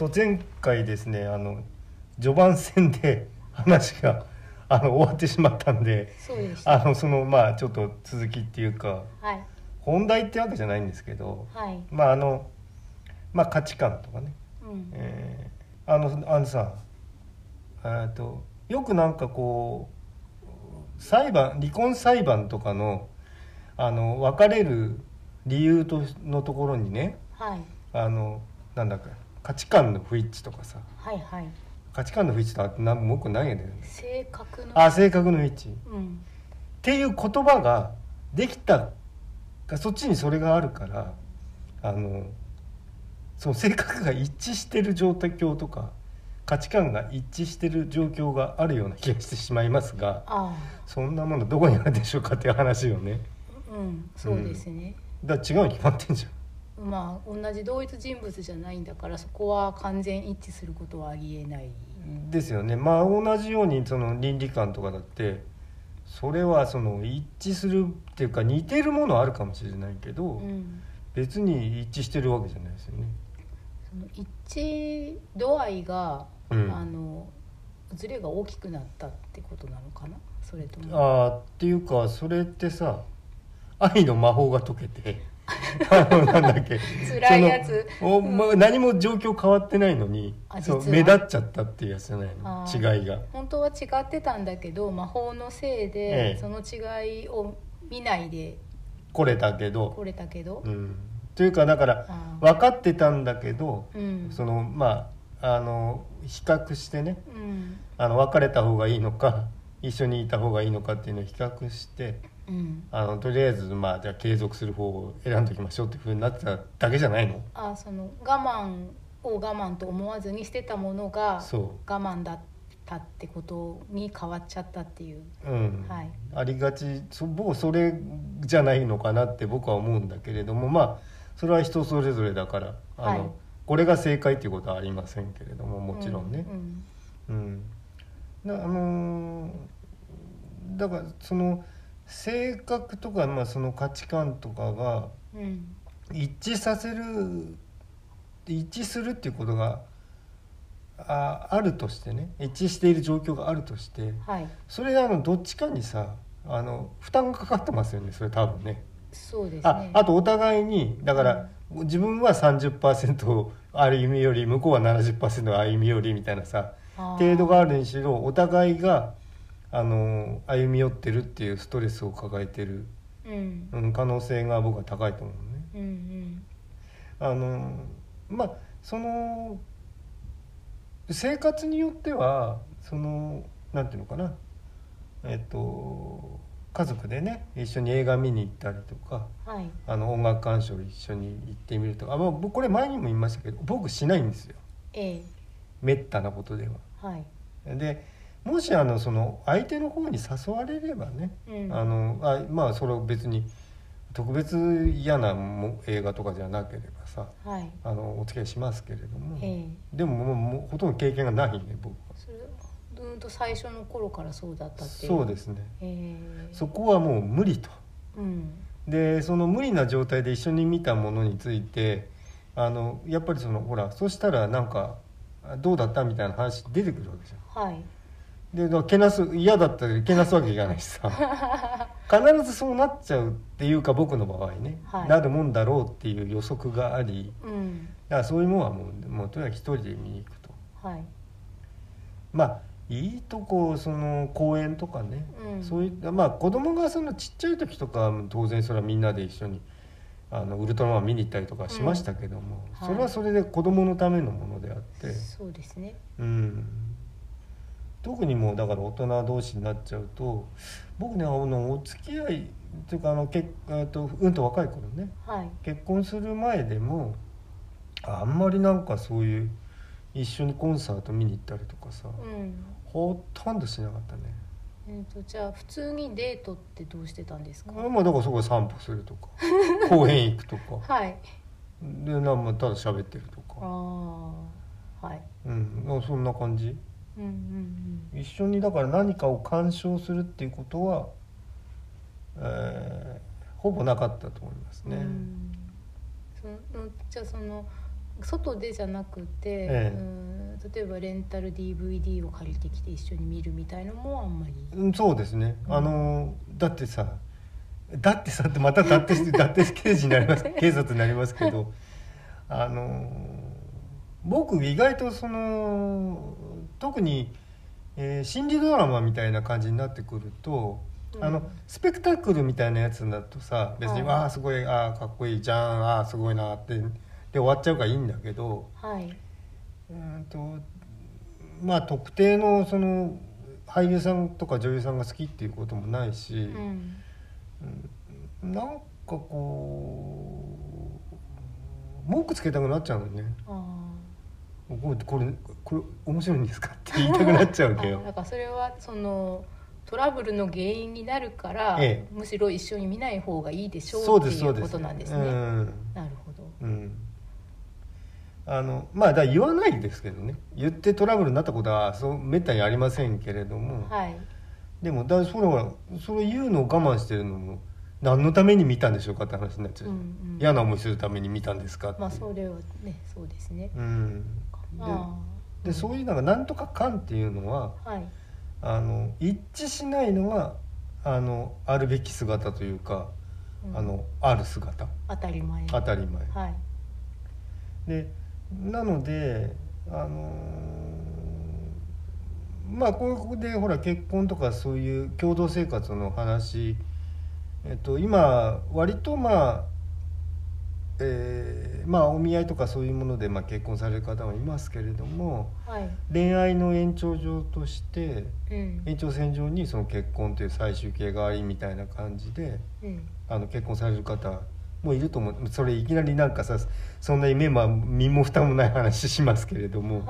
前回ですね序盤戦で話が終わってしまったんで、 そうでした。 ちょっと続きっていうか、 はい。 本題ってわけじゃないんですけど、 はい。 価値観とかね、 うん。 さよくなんかこう離婚裁判とかの別れる理由のところにね、 はい。 なんだか価値観の不一致とかさ、 はいはい。 価値観の不一致とあってもう一個ないんだよね。 性格の。 性格の一致っうん。 ていう言葉ができたそっちにそれがあるからその性格が一致してる状況とか価値観が一致してる状況があるような気がしてしまいますが、 あそんなものどこにあるでしょうかっていう話よね。 あ。うん。そうですね。 だから違うに決まってんじゃん。 まあ同じ同一人物じゃないんだからそこは完全一致することはありえない。 ですよね。同じようにその倫理観とかだってそれはその一致するっていうか似てるものあるかもしれないけど、 うん。 別に一致してるわけじゃないですよね。 その一致度合いが、 うん、 ズレが大きくなったってことなのかな、それとも。 っていうかそれってさ愛の魔法が解けてなんだっけ辛いやつ。 何も状況変わってないのにそう目立っちゃったっていうやつじゃないの、違いが。 本当は違ってたんだけど魔法のせいでその違いを見ないで来れたけど、というかだから分かってたんだけど、その比較してね、別れた方がいいのか一緒にいた方がいいのかっていうのを比較して、とりあえずじゃあ継続する方を選んでおきましょうっていう風になってただけじゃないの？ その我慢を我慢と思わずに捨てたものが我慢だったってことに変わっちゃったっていう、はい、 ありがち僕それじゃないのかなって僕は思うんだけれども、それは人それぞれだからこれが正解っていうことはありませんけれども、もちろんね、だからその性格とか、その価値観とかが一致するっていうことがあるとしてね、一致している状況があるとして、それどっちかにさ負担がかかってますよね、それ多分ね。 そうですね。 あとお互いにだから、自分は 30% 歩み寄り向こうは 70% 歩み寄りみたいなさ程度があるにしろ、お互いが歩み寄ってるっていうストレスを抱えてる、可能性が僕は高いと思うね。その生活によってはなんていうのかな、家族でね一緒に映画見に行ったりとか、音楽鑑賞一緒に行ってみるとか、これ前にも言いましたけど僕しないんですよ、めったなことでは。でもしその相手の方に誘われればね、それを別に特別嫌な映画とかじゃなければさ、お付き合いしますけれども、でももうほとんど経験がないね僕は。 最初の頃からそうだったっていう。 そうですね、そこはもう無理と、でその無理な状態で一緒に見たものについてやっぱりほらそしたらなんかどうだったみたいな話出てくるわけじゃん。で嫌だったらけなすわけいかないしさ必ずそうなっちゃうっていうか、僕の場合ね、なるもんだろうっていう予測があり、だからそういうものはもうとにかく一人で見に行くと、いいとこその公園とかね、そういった子供がそのちっちゃい時とか当然それはみんなで一緒にウルトラマン見に行ったりとかしましたけども、それはそれで子供のためのものであって、 そうですね、 特にもうだから大人同士になっちゃうと、僕ねお付き合いというかと若い頃ね、結婚する前でもあんまりなんかそういう一緒にコンサート見に行ったりとかさ、ほとんどしなかったね。 じゃあ普通にデートってどうしてたんですか？ だからそこで散歩するとか公園行くとかでただ喋ってるとか、そんな感じ。一緒にだから何かを鑑賞するっていうことは、ほぼなかったと思いますね。 じゃあその外でじゃなくて、例えばレンタル DVD を借りてきて一緒に見るみたいのもあんまり、 そうですね、だってさってまただって刑事になります警察になりますけど僕意外と特に、心理ドラマみたいな感じになってくると、スペクタクルみたいなやつだとさ別にすごいかっこいいじゃんすごいなってで終わっちゃうからいいんだけど、まあ特定の俳優さんとか女優さんが好きっていうこともないし、なんかこう文句つけたくなっちゃうのね。これ面白いんですかって言いたくなっちゃうけどだからそれはトラブルの原因になるから、むしろ一緒に見ない方がいいでしょうっていうことなんですね。なるほど、まあだ言わないですけどね、言ってトラブルになったことはめったにありませんけれども、でもそれ言うのを我慢してるのも何のために見たんでしょうかって話になっちゃう、嫌な思いするために見たんですかって。 それはねそうですね。 でそういうのがなんとか感っていうのは、一致しないのがあるべき姿というか、ある姿当たり前で、なのでまあここでほら結婚とかそういう共同生活の話、今割とお見合いとかそういうもので結婚される方はいますけれども、恋愛の延長上として、延長線上にその結婚という最終形がありみたいな感じで、結婚される方もいると思う。それいきなりなんかさそんな身も蓋もない話しますけれども、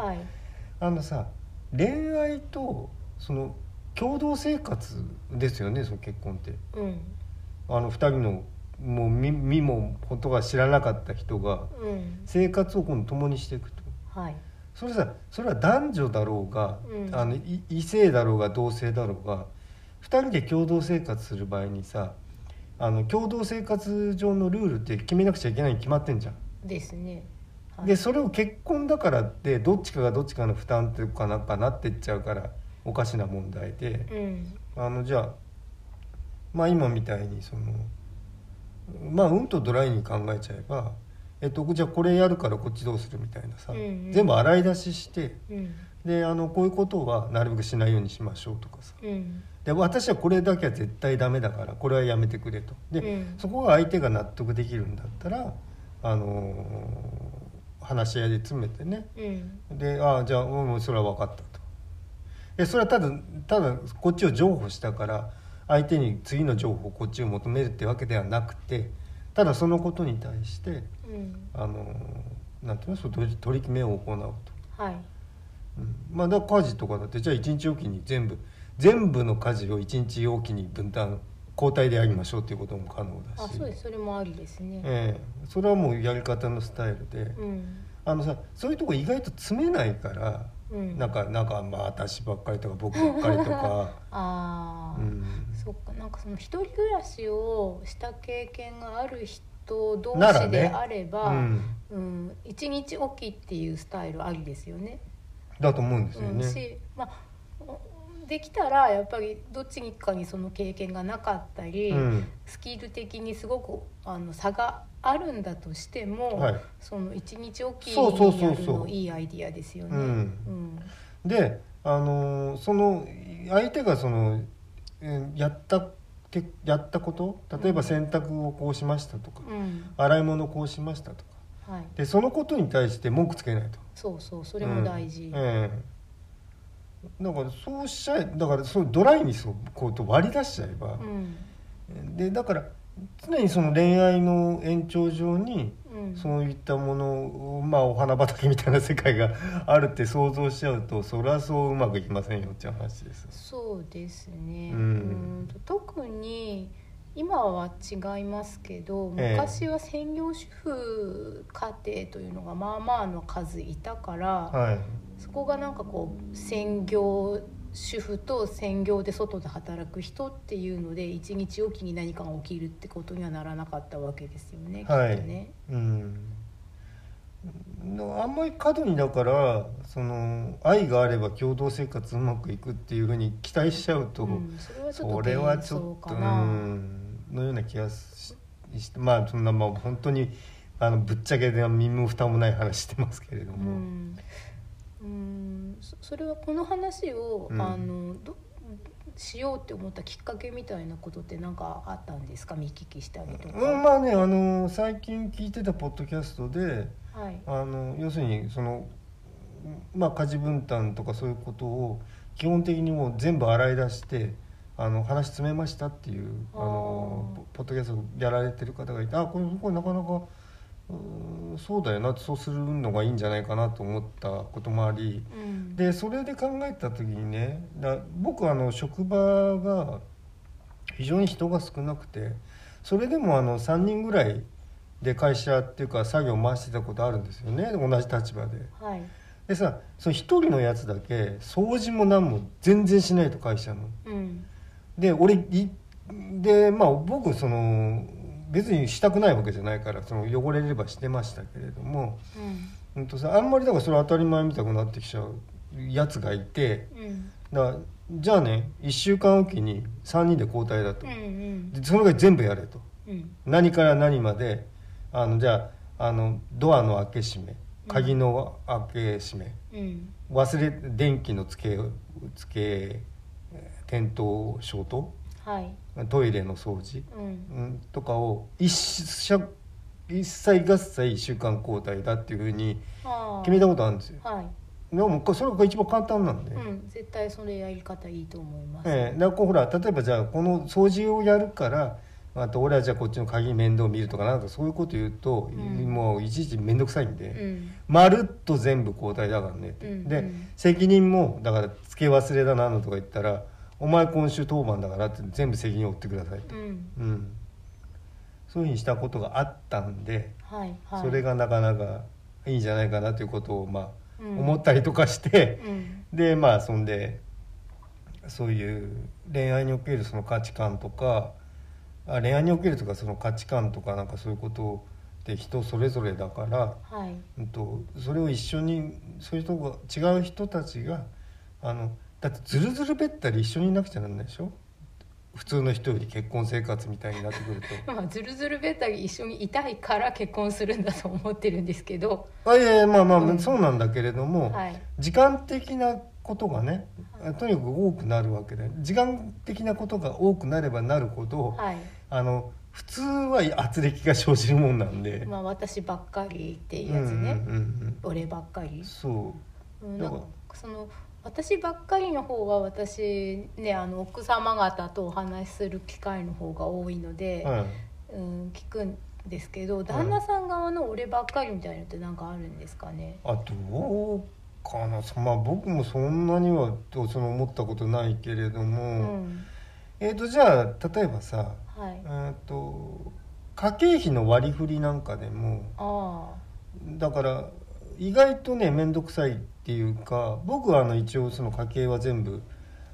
恋愛と共同生活ですよね、その結婚って。2人のもう身もことが知らなかった人が生活を今度共にしていくと、それは男女だろうが、異性だろうが同性だろうが2人で共同生活する場合にさ共同生活上のルールって決めなくちゃいけないに決まってんじゃん。 ですね。 でそれを結婚だからってどっちかがどっちかの負担とかなんかなってっちゃうからおかしな問題で、じゃあ今みたいにうんとドライに考えちゃえば、じゃあこれやるからこっちどうするみたいなさ、全部洗い出しして、でこういうことはなるべくしないようにしましょうとかさ、で私はこれだけは絶対ダメだからこれはやめてくれと。で、そこが相手が納得できるんだったら話し合いで詰めてね、でじゃあもうそれは分かったと。でそれはただこっちを譲歩したから相手に次の情報をこっちを求めるってわけではなくて、ただそのことに対して、なんていうの、取り決めを行うと。だから家事とかだってじゃあ1日おきに全部の家事を1日おきに分担交代でやりましょうっていうことも可能だし。 そうです、それもありですね。 それはもうやり方のスタイルで、そういうとこ意外と詰めないから、なんか私ばっかりとか僕ばっかりとかそっか、なんか一人暮らしをした経験がある人同士であれば、1日おきっていうスタイルありですよね。 だと思うんですよね。 できたらやっぱりどっちかにその経験がなかったり、スキル的にすごく差があるんだとしても、その1日おきにやるのいいアイディアですよね。 でその相手がやったこと、例えば洗濯をこうしましたとか、洗い物をこうしましたとか、でそのことに対して文句つけないと。 それも大事。 だからそうしちゃえ、だからドライにこう割り出しちゃえば、でだから常に恋愛の延長上に、そういったものをお花畑みたいな世界があるって想像しちゃうと、それはそううまくいきませんよっていう話です。 そうですね。特に今は違いますけど、昔は専業主婦家庭というのがまあまあの数いたから、そこがなんかこう専業主婦と専業で外で働く人っていうので一日おきに何かが起きるってことにはならなかったわけですよね、きっとね。 あんまり過度にだからその愛があれば共同生活うまくいくっていうふうに期待しちゃうと、それはちょっとのような気がしてまあそんなまあ本当にぶっちゃけで身も蓋もない話してますけれども、 それはこの話を、しようって思ったきっかけみたいなことって何かあったんですか？見聞きしたりとか。 まあね最近聞いてたポッドキャストで、 はい、 要するにそのまあ家事分担とかそういうことを基本的にもう全部洗い出して話詰めましたっていうポッドキャストやられてる方がいて、これなかなかそうだよな、そうするのがいいんじゃないかなと思ったこともあり、でそれで考えた時にね、僕職場が非常に人が少なくて、それでも3人ぐらいで会社っていうか作業を回してたことあるんですよね、同じ立場で。 はい、 でさ、その一人のやつだけ掃除も何も全然しないと、会社の。でまあ僕別にしたくないわけじゃないから、汚れればしてましたけれども、あんまりだからそれ当たり前みたくなってきちゃうやつがいて、だからじゃあね1週間おきに3人で交代だと、でそのぐらい全部やれと、何から何までじゃあドアの開け閉め、鍵の開け閉め、電気のつけ点灯消灯、トイレの掃除、とかを一切合切1週間交代だっていうふうに決めたことあるんですよ。でもそれが一番簡単なんで、 絶対それやり方いいと思います。 だからほら例えばじゃあこの掃除をやるから俺はじゃあこっちの鍵面倒見るとかなんかそういうこと言うと、もういちいち面倒くさいんで、まるっと全部交代だからねって、で責任もだから付け忘れだなんだとか言ったら、お前今週当番だからって全部責任を負ってくださいと、そういうふうにしたことがあったんで、それがなかなかいいんじゃないかなということを思ったりとかして、でそんでそういう恋愛におけるその価値観とか、恋愛におけるとかその価値観とかなんかそういうことって人それぞれだから、それを一緒にそういう人が違う人たちがだってずるずるべったり一緒にいなくちゃなんないでしょ、普通の人より結婚生活みたいになってくるとずるずるべったり一緒にいたいから結婚するんだと思ってるんですけど、 いやそうなんだけれども、時間的なことがねとにかく多くなるわけで、時間的なことが多くなればなるほど、普通は圧力が生じるもんなんで、 私ばっかりっていうやつね、俺ばっかり、だから私ばっかりの方は私ね奥様方とお話しする機会の方が多いので、聞くんですけど、旦那さん側の俺ばっかりみたいなのって何かあるんですかね。 どうかな、僕もそんなには思ったことないけれども、じゃあ例えばさ、家計費の割り振りなんかでもだから意外とね面倒くさいっていうか、僕は一応その家計は全部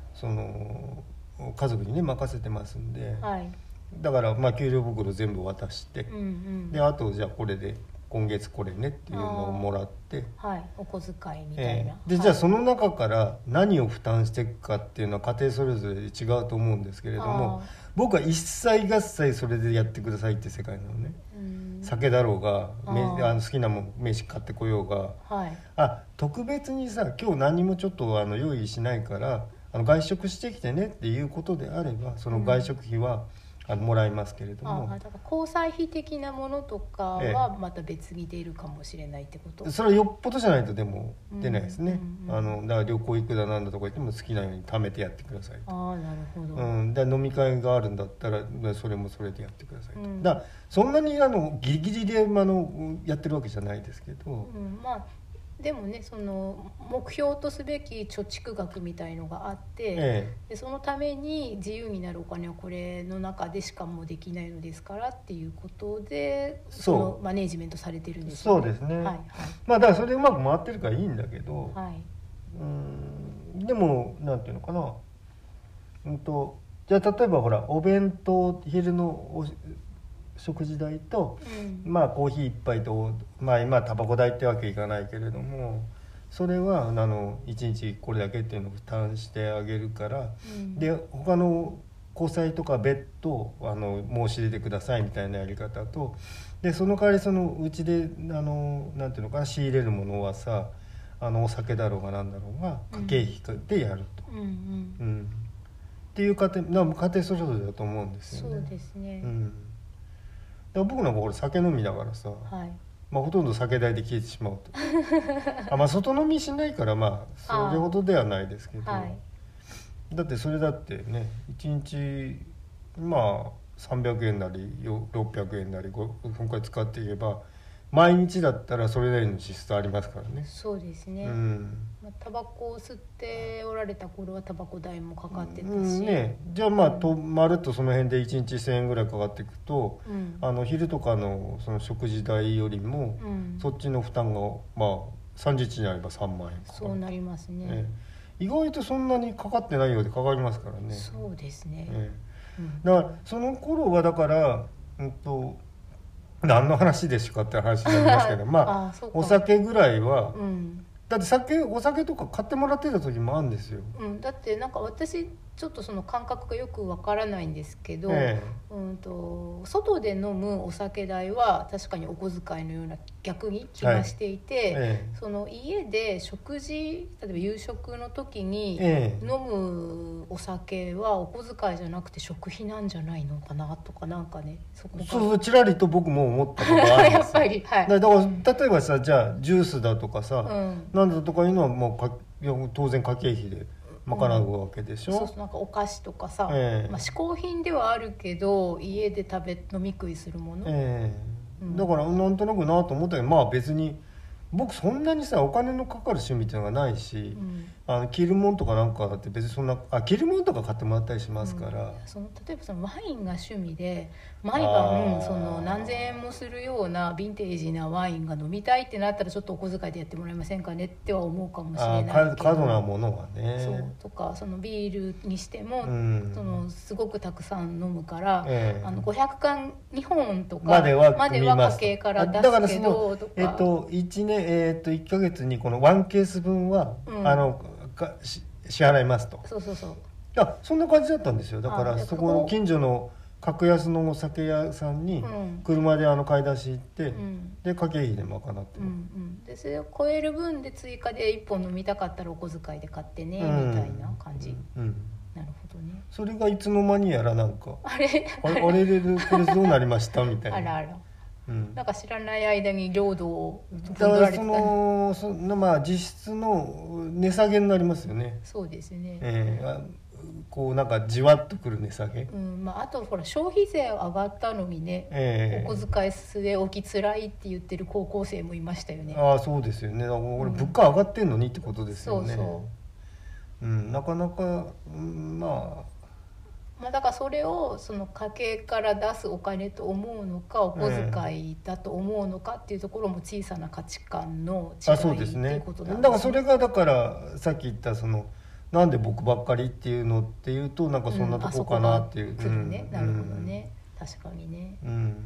家族にね任せてますんで、だから給料袋全部渡して、であとじゃあこれで今月これねっていうのをもらって、 お小遣いみたいな、 でじゃあその中から何を負担していくかっていうのは家庭それぞれで違うと思うんですけれども、僕は一切合切それでやってくださいって世界なのね。酒だろうが好きなもん飯買ってこようが、特別にさ今日何もちょっと用意しないから外食してきてねっていうことであれば、その外食費はもらいますけれども、 だから交際費的なものとかはまた別に出るかもしれないってこと、 それはよっぽどじゃないとでも出ないですね。だから旅行行くだなんだとか言っても好きなように貯めてやってくださいと。 なるほど。 で飲み会があるんだったらそれもそれでやってくださいと、だからそんなにギリギリでやってるわけじゃないですけど、 でもね、その目標とすべき貯蓄額みたいのがあって、でそのために自由になるお金はこれの中でしかもうできないのですからっていうことで、そのマネージメントされてるんですよね。 そうですね、だからそれでうまく回ってるからいいんだけど、でもなんていうのかな、じゃあ例えばほらお弁当昼の食事代と、 うん、 まあコーヒー一杯と、まあ今タバコ代ってわけいかないけれども、それは1日これだけっていうのを負担してあげるから、 うん、 で他の交際とか別途申し出てくださいみたいなやり方と、でその代わりうちでなんていうのかな、仕入れるものはさ、お酒だろうがなんだろうが家計費でやると、 うんうんうんっていう家庭それぞれだと思うんですよね。 そうですね、 うん、だから僕なんかこれ酒飲みだからさ、 はい、 まあ、ほとんど酒代で消えてしまうとまあ外飲みしないからまあそれほどではないですけど、 はい、 だってそれだってね1日まあ300円なり600円なり今回使っていけば毎日だったらそれなりの支出ありますからね。 そうですね、 うん、 まあ、タバコを吸っておられた頃はタバコ代もかかってたし、 ね、じゃあまあまるっとその辺で1日1000円ぐらいかかっていくと、 うん、 昼とかのその食事代よりも、 うん、 そっちの負担がまあ3日になれば3万円かかる。 そうなりますね、 意外とそんなにかかってないようでかかりますからね。 そうですね、うん、 だからその頃はだから、何の話でしょうかって話になりますけどまあお酒ぐらいは、 うん、 だってお酒とか買ってもらってた時もあるんですよ、 うん、だってなんか私ちょっとその感覚がよくわからないんですけど、外で飲むお酒代は確かにお小遣いのような逆に気がしていて、その家で食事例えば夕食の時に飲むお酒はお小遣いじゃなくて食費なんじゃないのかなとかなんかねそうちらりと僕も思ったことあるんですよやっぱり、はい、だから例えばさじゃあジュースだとかさ、なんだとかいうのはもう当然家計費で賄うわけでしょ、 そうなんかお菓子とかさ、まあ、嗜好品ではあるけど家で飲み食いするもの、 だからなんとなくなと思ったけどまあ別に僕そんなにさお金のかかる趣味っていうのがないし、着るもんとかなんかだって別にそんな着るもんとか買ってもらったりしますから、 例えばそのワインが趣味で毎晩その何千円もするようなヴィンテージなワインが飲みたいってなったらちょっとお小遣いでやってもらえませんかねっては思うかもしれないけど、 過度なものはねそうとかそのビールにしても、そのすごくたくさん飲むから、500缶2本とかまでは家計から出すけどとか 1ヶ月にこの1ケース分は、支払いますと。 そうそんな感じだったんですよ。だからそこの近所の格安のお酒屋さんに車で買い出し行って、で家計費で賄ってます、 でそれを超える分で追加で1本飲みたかったらお小遣いで買ってね、みたいな感じ、なるほどね。 それがいつの間にやらなんかあれこれどうなりましたみたいなあらあら、なんか知らない間に領土をだからまあ実質の値下げになりますよね。 そうですね、 こうなんかじわっとくる値下げ、 あとほら消費税上がったのにね、お小遣い据え置きつらいって言ってる高校生もいましたよね。 そうですよね。だから俺物価上がってんのにってことですよね。なかなか、まあだからそれをその家計から出すお金と思うのかお小遣いだと思うのかっていうところも小さな価値観の違いっていうことなんですね。 だからそれがだからさっき言ったなんで僕ばっかりっていうのっていうとなんかそんなとこかなっていう、 なるほどね、確かにね。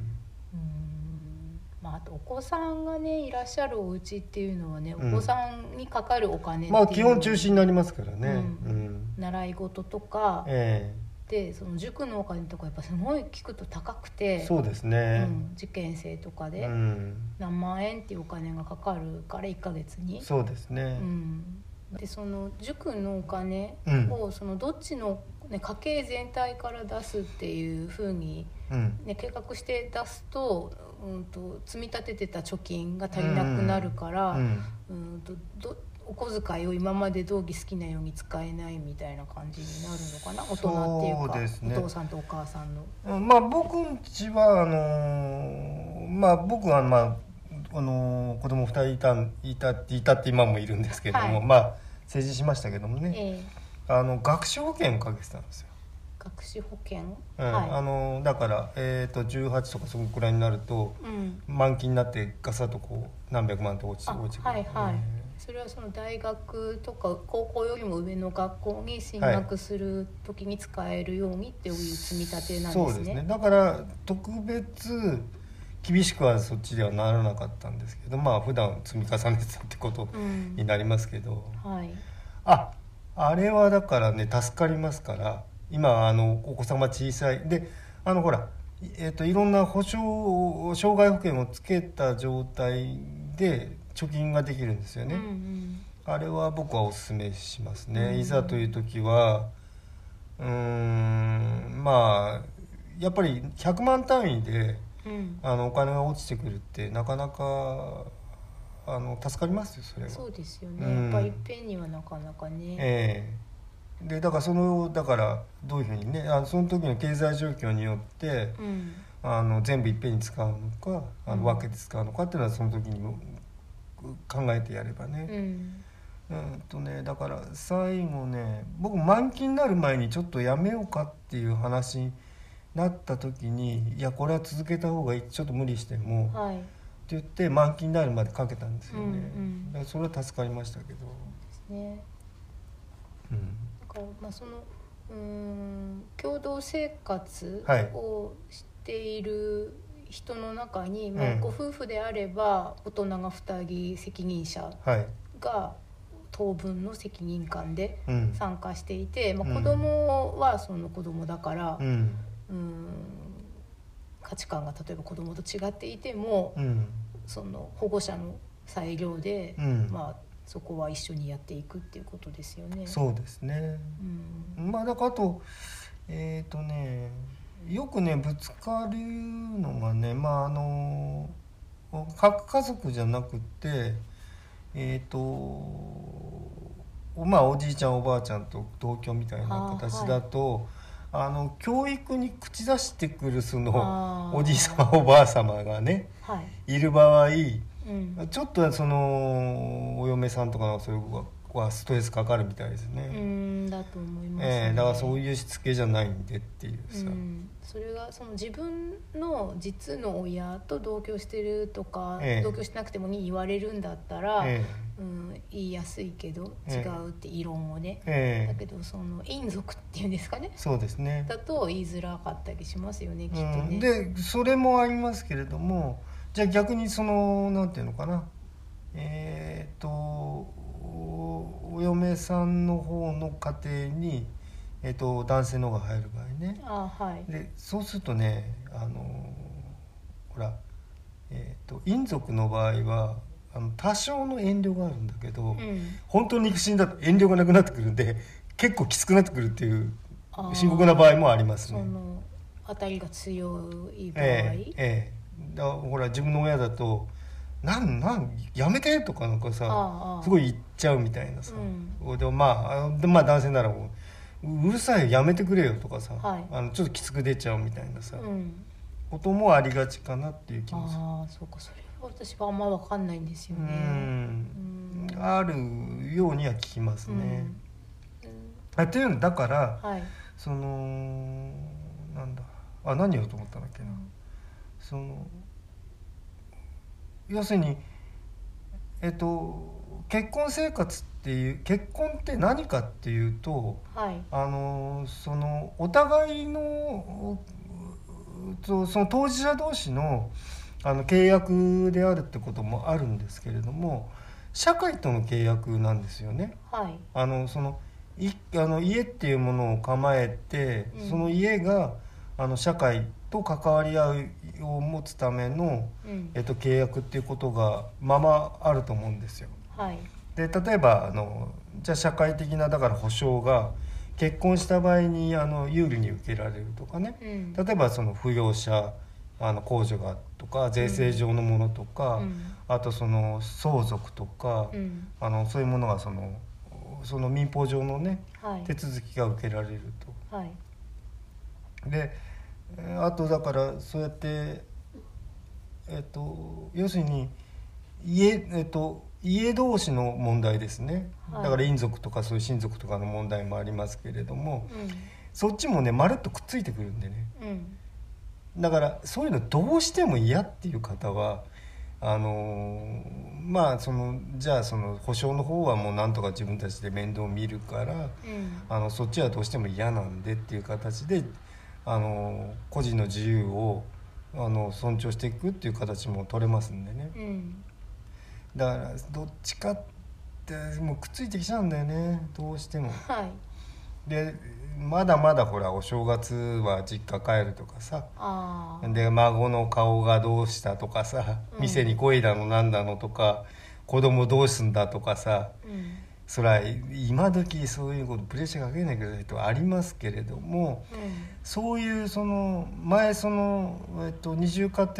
あとお子さんがねいらっしゃるお家っていうのはね、お子さんにかかるお金っていうのは、 基本中心になりますからね、 習い事とか、でその塾のお金とかやっぱすごい聞くと高くて、 そうですね、 受験生とかで何万円っていうお金がかかるから1ヶ月に。 そうですね、 でその塾のお金をそのどっちの、家計全体から出すっていうふうに、計画して出すと、積み立ててた貯金が足りなくなるから、お小遣いを今まで通り好きなように使えないみたいな感じになるのかな、大人っていうか、お父さんとお母さんの。 僕んちは僕は子供2人いたって今もいるんですけども、成人しましたけどもね、学資保険をかけてたんですよ。 学資保険、 だから、18とかそのくらいになると、満期になってガサッとこう何百万って落ちてくる、 それはその大学とか高校よりも上の学校に進学する時に使えるようにっていう積み立てなんですね。 そうですね。だから特別厳しくはそっちではならなかったんですけど、まあ普段積み重ねてたってことになりますけど、 はい、 あれはだからね助かりますから、今お子様小さいでほら、いろんな障害保険をつけた状態で貯金ができるんですよね、あれは僕はおすすめしますね、いざという時はまあやっぱり100万単位で、お金が落ちてくるってなかなか助かりますよそれは。 そうですよね、やっぱりいっぺんにはなかなかね、 でだからだからどういうふうにねその時の経済状況によって、全部いっぺんに使うのか分けて使うのかっていうのはその時にも考えてやればね、だから最後ね僕満期になる前にちょっとやめようかっていう話になった時にいやこれは続けた方がいいちょっと無理しても、って言って満期になるまでかけたんですよね、だからそれは助かりましたけどですね。だからまあその共同生活をしている人の中に、ご夫婦であれば大人が2人責任者が当分の責任感で参加していて、子供はその子供だから、価値観が例えば子供と違っていても、その保護者の裁量で、そこは一緒にやっていくっていうことですよね。 そうですね、だからあとよくねぶつかるのがね核家族じゃなくておじいちゃんおばあちゃんと同居みたいな形だと、教育に口出してくるそのおじい様おばあ様がね、いる場合、ちょっとそのお嫁さんとかそういうはストレスかかるみたいですね。 だと思いますね。 だからそういうしつけじゃないんでっていうさ、 それがその自分の実の親と同居してるとか、同居してなくてもに言われるんだったら、言いやすいけど違うって異論をね、だけどその姻族っていうんですかね、 そうですね、 だと言いづらかったりしますよね、きっとね。 でそれもありますけれども、じゃあ逆にそのなんていうのかな、お嫁さんの方の家庭に、男性の方が入る場合ね、でそうするとねほら、姻族の場合は多少の遠慮があるんだけど、本当に肉親だと遠慮がなくなってくるんで結構きつくなってくるっていう深刻な場合もありますね。 その当たりが強い場合、 ほら自分の親だとやめてとかなんかさすごい言っちゃうみたいなさ、でも男性ならもうるさいやめてくれよとかさ、ちょっときつく出ちゃうみたいなさ、こともありがちかなっていう気もする。 そうか、それは私はあんま分かんないんですよね。 あるようには聞きますね。っていうのだから、そのなんだ何言おうと思ったんだっけな、その要するに結婚生活っていう結婚って何かっていうと、そのお互いのその当事者同士の契約であるってこともあるんですけれども、社会との契約なんですよね。その家っていうものを構えて、その家が社会と関わり合うを持つための、契約っていうことがあると思うんですよ。で例えばじゃあ社会的なだから保障が結婚した場合に有利に受けられるとかね、例えばその扶養者控除がとか税制上のものとか、あとその相続とか、そういうものがその民法上のね、手続きが受けられると。であとだからそうやって要するに家同士の問題ですね、だから姻族とかそういう親族とかの問題もありますけれども、そっちもねまるっとくっついてくるんでね、だからそういうのどうしても嫌っていう方はまあじゃあその保証の方はもうなんとか自分たちで面倒見るから、そっちはどうしても嫌なんでっていう形で個人の自由を尊重していくっていう形も取れますんでね、だからどっちかってもうくっついてきちゃうんだよね、どうしても。でまだまだほらお正月は実家帰るとかさ、で孫の顔がどうしたとかさ、店に来いだのなんだのとか、子供どうすんだとかさ、それは今時そういうことプレッシャーかけないけどとありますけれども、そういう前二重家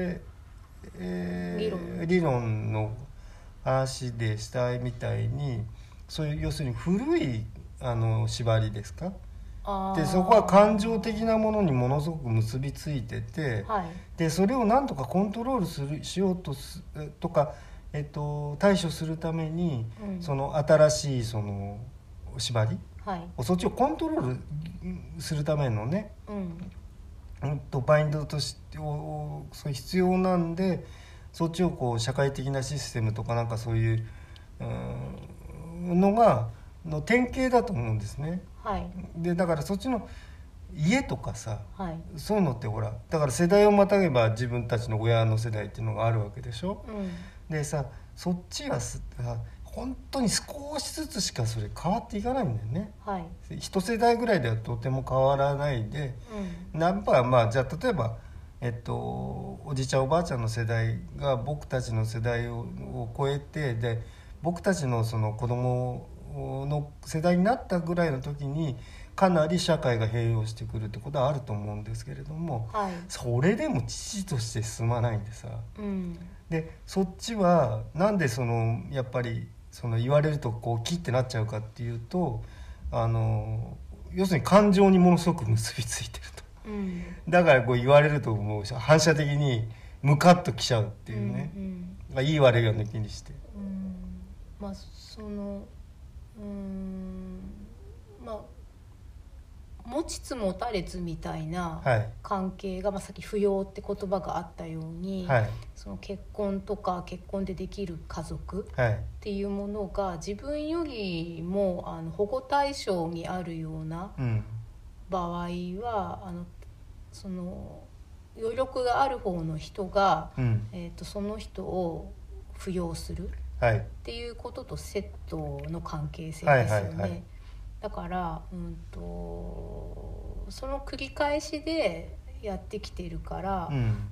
庭、理論の話でしたみたいに、そういう要するに古い縛りですか、でそこは感情的なものにものすごく結びついてて、でそれをなんとかコントロールしようとか、対処するために、その新しい縛り、そっちをコントロールするためのね、バインドとして必要なんで、そっちをこう社会的なシステムとかなんかそういうのが典型だと思うんですね。でだからそっちの家とかさ、そういうのってほらだから世代をまたげば自分たちの親の世代っていうのがあるわけでしょ、でさそっちは本当に少しずつしかそれ変わっていかないんだよね、一世代ぐらいではとても変わらないで、なんかまあじゃあ例えばおじいちゃんおばあちゃんの世代が僕たちの世代を超えて、で僕たちのその子供の世代になったぐらいの時にかなり社会が併用してくるってことはあると思うんですけれども、それでも父として進まないんでさ、でそっちはなんでやっぱり言われるとこうキッてなっちゃうかっていうと、要するに感情にものすごく結びついてると、だからこう言われるともう反射的にムカッときちゃうっていうね、いい悪いを抜きにして、 まあまあ持ちつ持たれつみたいな関係が、さっき扶養って言葉があったように、その結婚とか結婚でできる家族っていうものが自分よりも保護対象にあるような場合は、その余力がある方の人が、その人を扶養するっていうこととセットの関係性ですよね。だから、その繰り返しでやってきてるから、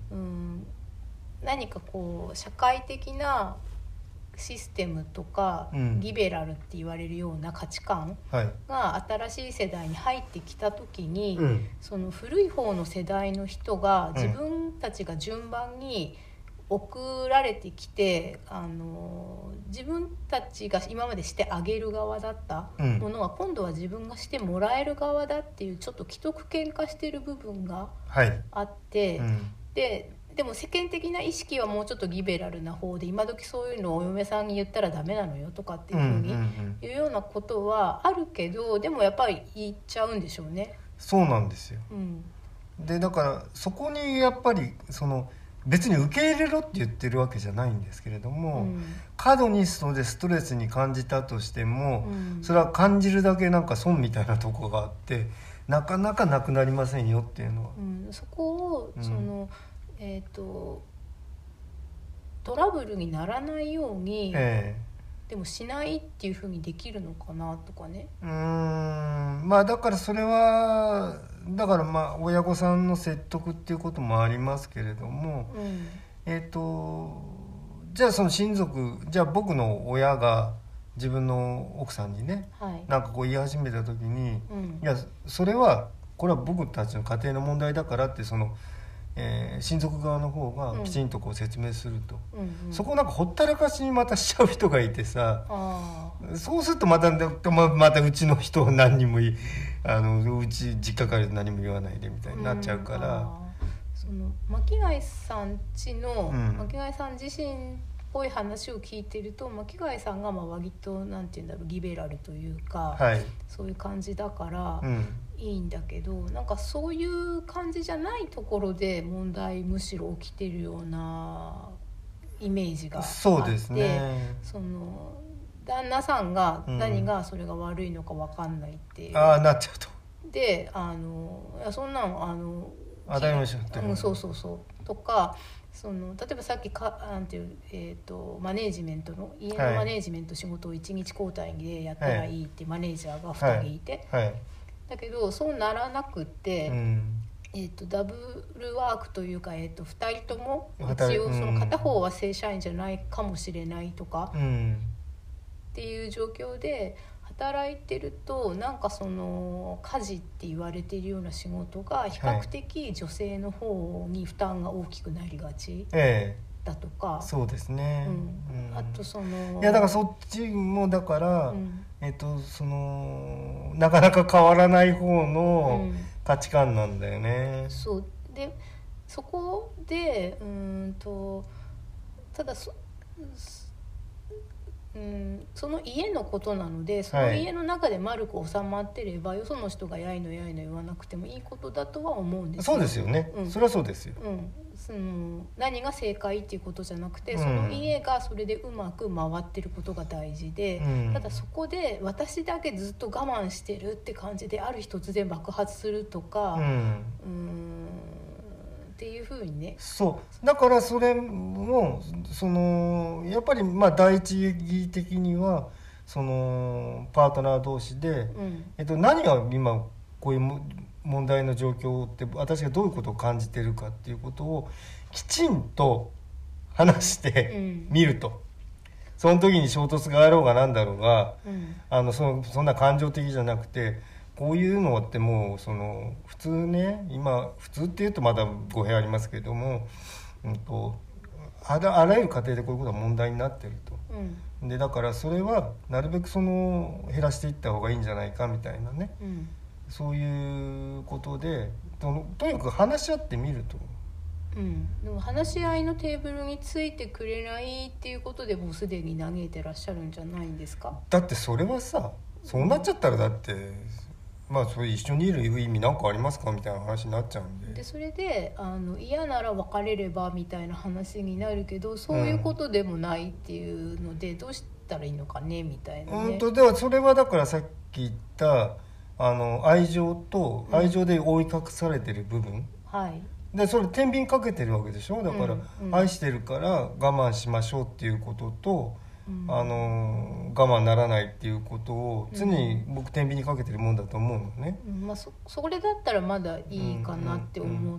何かこう社会的なシステムとか、リベラルって言われるような価値観が新しい世代に入ってきた時に、その古い方の世代の人が自分たちが順番に送られてきて、自分たちが今までしてあげる側だったものは、今度は自分がしてもらえる側だっていうちょっと既得権化してる部分があって、でも世間的な意識はもうちょっとリベラルな方で、今時そういうのをお嫁さんに言ったらダメなのよとかっていうふうに言うようなことはあるけど、でもやっぱり言っちゃうんでしょうね。 そうなんですよ、でだからそこにやっぱり別に受け入れろって言ってるわけじゃないんですけれども、過度にストレスに感じたとしても、それは感じるだけなんか損みたいなとこがあって、なかなかなくなりませんよっていうのは、 そこをトラブルにならないように、でもしないっていうふうにできるのかなとかね。 まあだからそれはだからまあ親御さんの説得っていうこともありますけれども、じゃあその親族、じゃあ僕の親が自分の奥さんにね、なんかこう言い始めた時に、いやそれはこれは僕たちの家庭の問題だからって親族側の方がきちんとこう説明すると、そこをなんかほったらかしにまたしちゃう人がいてさ、そうするとまたうちの人を何にもうち実家から何も言わないでみたいになっちゃうから、 その巻貝さんちの、巻貝さん自身っぽい話を聞いてると、巻貝さんが割となんていうんだろう、リベラルというか、そういう感じだから、いいんだけど、なんかそういう感じじゃないところで問題むしろ起きてるようなイメージがあって、 そうですね、 その旦那さんが何がそれが悪いのか分かんないっていう、 ああなっちゃうと、 でいやそんなの当たり前でしょって、 そうそうそうとか、その例えばさっきなんていう、マネージメントの家のマネージメント仕事を1日交代でやったらいいってマネージャーが2人いて、 はいはい、 だけどそうならなくって、ダブルワークというか、2人とも一応その片方は正社員じゃないかもしれないとか、っていう状況で働いてると、なんかその家事って言われているような仕事が比較的女性の方に負担が大きくなりがちだとか、 そうですね、 あとそのいやだからそっちもだから、そのなかなか変わらない方の価値観なんだよね、 そうでそこでただその家のことなので、その家の中で丸く収まってれば、よその人がやいのやいの言わなくてもいいことだとは思うんですよ。 そうですよね、それはそうですよ、 その何が正解っていうことじゃなくて、その家がそれでうまく回ってることが大事で、ただそこで私だけずっと我慢してるって感じである日突然爆発するとか、っていう風にね。 そうだからそれもそのやっぱりまあ第一義的にはそのパートナー同士で、何が今こういう問題の状況って私がどういうことを感じてるかっていうことをきちんと話してみると、その時に衝突があろうがなんだろうが、そんな感情的じゃなくて、こういうのってもうその普通ね、今普通っていうとまだ語弊ありますけれども、あらゆる家庭でこういうことが問題になってると、でだからそれはなるべくその減らしていった方がいいんじゃないかみたいなね、そういうことでとにかく話し合ってみると。 でも話し合いのテーブルについてくれないっていうことでもうすでに嘆いてらっしゃるんじゃないんですか。 だってそれはさ、そうなっちゃったらだってまあそれ一緒にいる意味なんかありますかみたいな話になっちゃうんで、 それで嫌なら別れればみたいな話になるけど、そういうことでもないっていうので、どうしたらいいのかねみたいなね。 ではそれはだからさっき言った愛情で覆い隠されてる部分、でそれ天秤かけてるわけでしょ。だから、愛してるから我慢しましょうっていうことと、我慢ならないっていうことを常に僕天秤にかけてるもんだと思うのね、 それだったらまだいいかなって思って、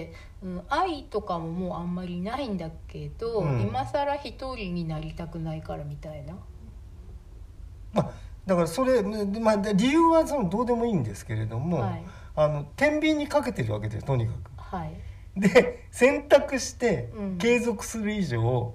愛とかももうあんまりないんだけど、今更一人になりたくないからみたいな、 だからそれ、理由はそのどうでもいいんですけれども、天秤にかけてるわけですとにかく、で選択して継続する以上、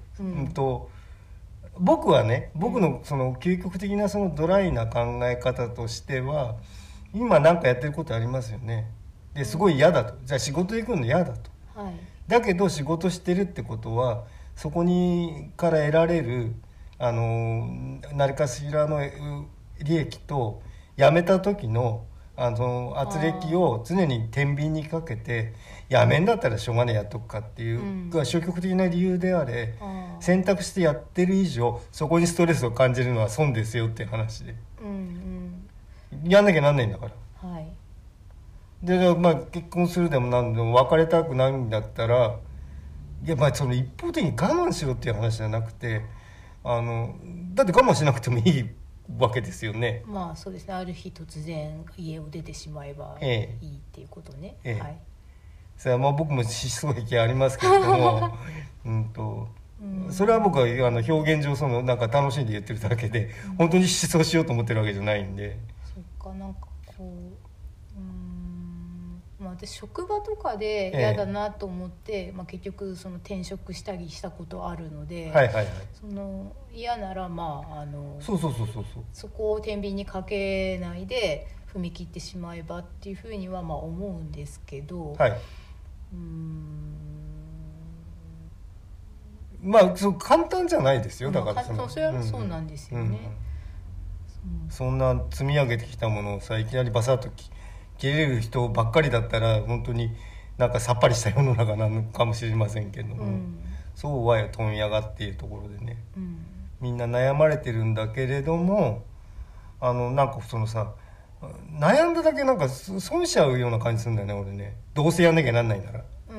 僕はね、僕のその究極的なそのドライな考え方としては、今なんかやってることありますよね。ですごい嫌だと、じゃあ仕事行くの嫌だと、だけど仕事してるってことはそこにから得られる何かしらの利益と辞めた時の圧力を常に天秤にかけて、やめんだったらしょうがねえやっとくかっていうが消極的な理由であれ、選択してやってる以上そこにストレスを感じるのは損ですよっていう話で、やんなきゃなんないんだから、で結婚するでも何でも別れたくないんだったら、いやその一方的に我慢しろっていう話じゃなくて、だって我慢しなくてもいいわけですよね。 そうですね、ある日突然家を出てしまえばいいっていうことね、 それは僕も失踪癖ありますけれどもそれは僕は表現上なんか楽しんで言ってるだけで、本当に失踪しようと思ってるわけじゃないんで。 そっか、なんかこう私職場とかで嫌だなと思って、結局その転職したりしたことあるので、その嫌ならそこを天秤にかけないで踏み切ってしまえばっていうふうには思うんですけど、 そう簡単じゃないですよ。だからそれはそうなんですよね、 そんな積み上げてきたものをさいきなりバサッと切れる人ばっかりだったら本当になんかさっぱりした世の中なのかもしれませんけども、 そうは問屋がっていうところでね、 うん、 みんな悩まれてるんだけれども、なんかそのさ、悩んだだけなんか損しちゃうような感じするんだよね俺ね、どうせやんなきゃなんないなら。 うん、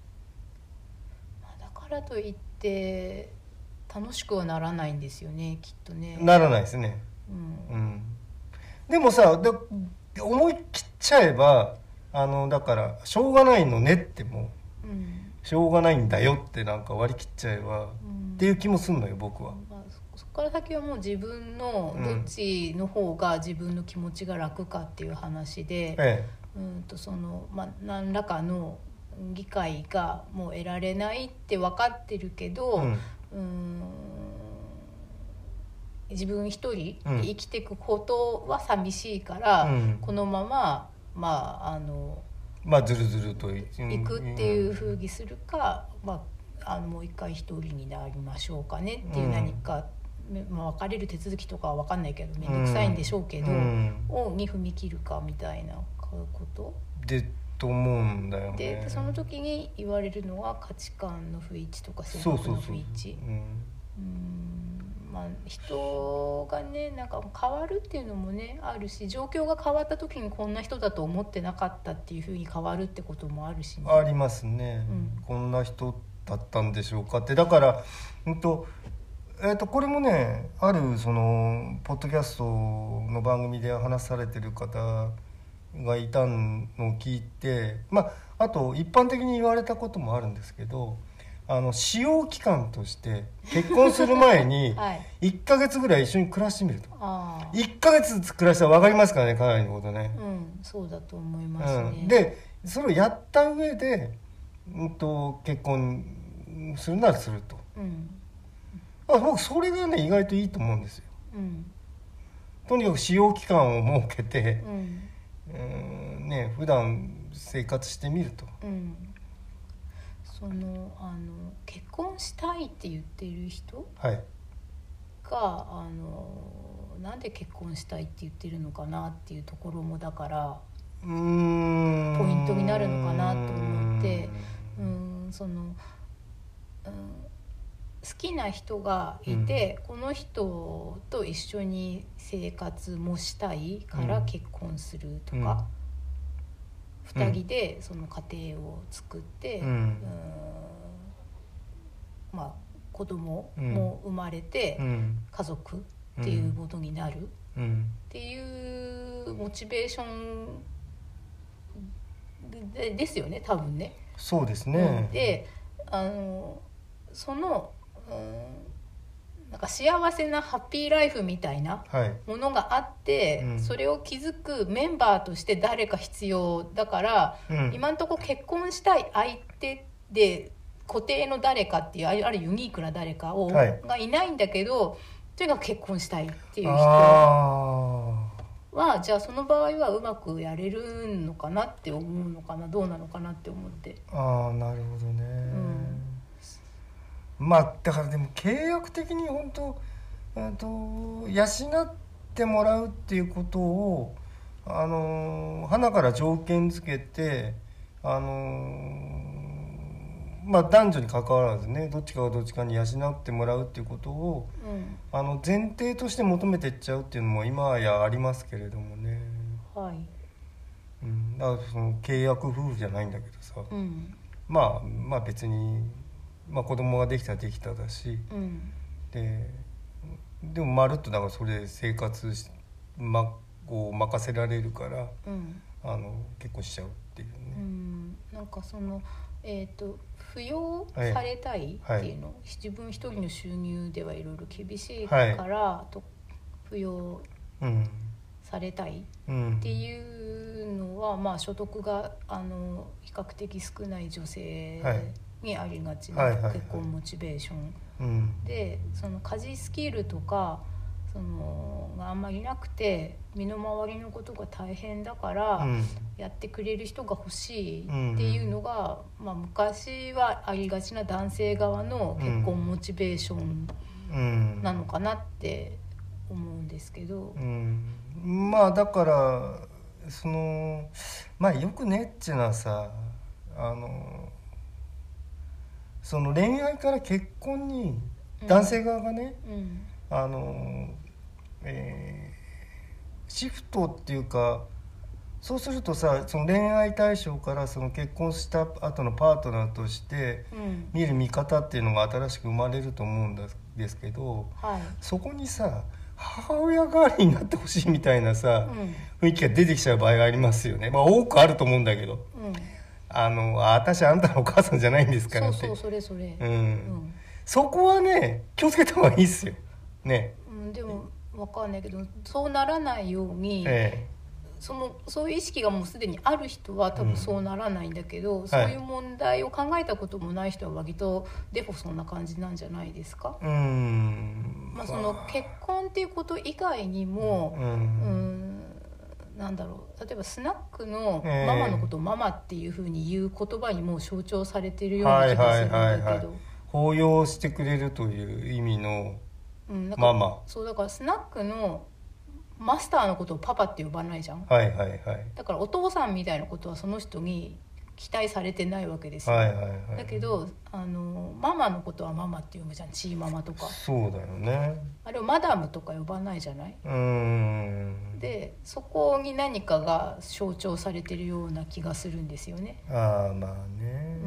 だからといって楽しくはならないんですよねきっとね。 ならないですね、 うんうん、でもさ思い切っちゃえばだからしょうがないのねってもう、しょうがないんだよってなんか割り切っちゃえば、っていう気もするのよ僕は。 まあ、そこから先はもう自分のどっちの方が自分の気持ちが楽かっていう話で、その何らかの議会がもう得られないって分かってるけど、自分一人で生きていくことは寂しいから、このままずるずるといくっていうふうにするか、もう一回一人になりましょうかねっていう何か、別れる手続きとかは分かんないけど面倒くさいんでしょうけど、に踏み切るかみたいなことでと思うんだよね。 でその時に言われるのは価値観の不一致とか性格の不一致。人がねなんか変わるっていうのもねあるし、状況が変わった時にこんな人だと思ってなかったっていうふうに変わるってこともあるしね。 ありますね、こんな人だったんでしょうかって。だからこれもねあるそのポッドキャストの番組で話されてる方がいたのを聞いて、あと一般的に言われたこともあるんですけど、使用期間として結婚する前に1ヶ月ぐらい一緒に暮らしてみると、1ヶ月暮らしたら分かりますからね、かなりのことね。 そうだと思いますね。 でそれをやった上で、結婚するならすると、僕それがね意外といいと思うんですよ。とにかく使用期間を設けて、普段生活してみると。結婚したいって言ってる人が、なんで結婚したいって言ってるのかなっていうところもだからポイントになるのかなと思って、好きな人がいて、この人と一緒に生活もしたいから結婚するとか、2人でその家庭を作って、子供も生まれて、家族っていうものになるっていうモチベーションですよね多分ね。 そうですね。 でそのなんか幸せなハッピーライフみたいなものがあって、それを築くメンバーとして誰か必要だから、今のところ結婚したい相手で固定の誰かっていうあるユニークな誰かがいないんだけど、とにかく結婚したいっていう人はじゃあその場合はうまくやれるのかなって思うのかな、どうなのかなって思って。 なるほどね。だからでも契約的に本当養ってもらうっていうことを花から条件付けて男女に関わらずね、どっちかがどっちかに養ってもらうっていうことを、前提として求めていっちゃうっていうのも今やありますけれどもね。だからその契約夫婦じゃないんだけどさ、別に、子供ができたらできただし、でもまるっとだからそれで生活を任せられるから、結婚しちゃうっていうね。 なんかその扶養されたいっていうの、自分一人の収入ではいろいろ厳しいから、扶養されたいっていうのは、所得が比較的少ない女性にありがちな結婚モチベーションで、その家事スキルとかがあんまりなくて身の回りのことが大変だから、やってくれる人が欲しいっていうのが、昔はありがちな男性側の結婚モチベーションなのかなって思うんですけど、 だからよくねっていうのはさ、 その恋愛から結婚に男性側がね、シフトっていうか、そうするとさ、その恋愛対象からその結婚した後のパートナーとして見る見方っていうのが新しく生まれると思うんですけど、はい、そこにさ母親代わりになってほしいみたいなさ、雰囲気が出てきちゃう場合がありますよね。まあ多くあると思うんだけど、私あんたのお母さんじゃないんですからって。 そうそれ、 そこはね気をつけた方がいいっすよね。 でも分かんないけど、そうならないように、そういう意識がもうすでにある人は多分そうならないんだけど、そういう問題を考えたこともない人は割とデフォそんな感じなんじゃないですか。その結婚っていうこと以外にも、なんだろう、例えばスナックのママのことをママっていうふうに言う言葉にもう象徴されてるような気がするんだけど、 抱擁してくれるという意味のママ、 そうだからスナックのマスターのことをパパって呼ばないじゃん、だからお父さんみたいなことはその人に期待されてないわけですよ、だけどママのことはママって呼ぶじゃん、チーママとか。 そうだよね。 あれをマダムとか呼ばないじゃない。でそこに何かが象徴されてるような気がするんですよね。 まあね、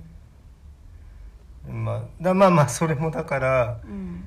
まあそれもだから、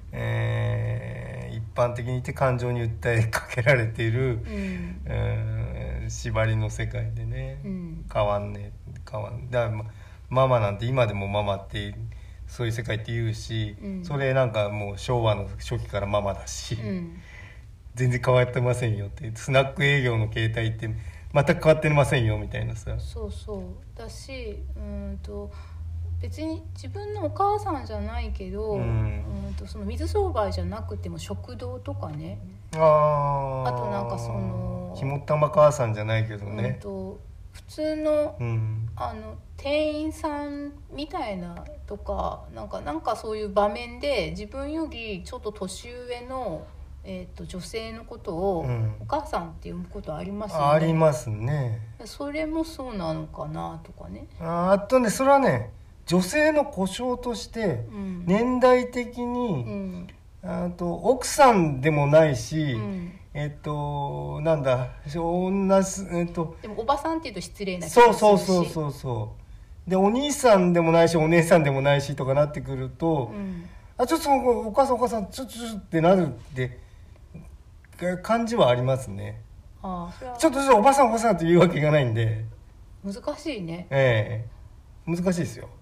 一般的に言って感情に訴えかけられている、縛りの世界でね、変わんねだから、ママなんて今でもママってそういう世界って言うし、それなんかもう昭和の初期からママだし、全然変わってませんよって、スナック営業の形態って全く変わってませんよみたいなさ。 そうだし、別に自分のお母さんじゃないけど、その水商売じゃなくても食堂とかね、あとなんかその肝っ玉母さんじゃないけどね、 普通の、店員さんみたいなとか、なんかそういう場面で自分よりちょっと年上の、女性のことをお母さんって呼ぶことありますよね。 ありますね。 それもそうなのかなとかね。 あとね、それはね女性の呼称として年代的に、奥さんでもないし、なんだ女、 でもおばさんっていうと失礼な気がするし、そうでお兄さんでもないしお姉さんでもないしとかなってくると、ちょっとお母さんちょっとってなるって感じはありますね。ちょっとおばさんって言うわけがないんで難しいね。 難しいですよ。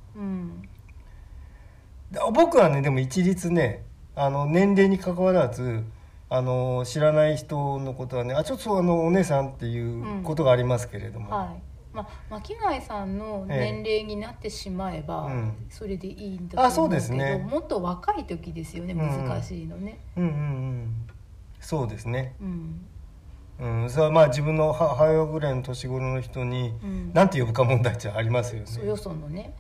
僕はねでも一律ね、年齢に関わらず知らない人のことはね、ちょっとお姉さんっていうことがありますけれども、 巻貝さんの年齢になってしまえばそれでいいんだと思うけど、もっと若い時ですよね、難しいのね。 そうですね。それはまあ自分の母親ぐらいの年頃の人に何て呼ぶか問題じゃありますよね。 よそのね、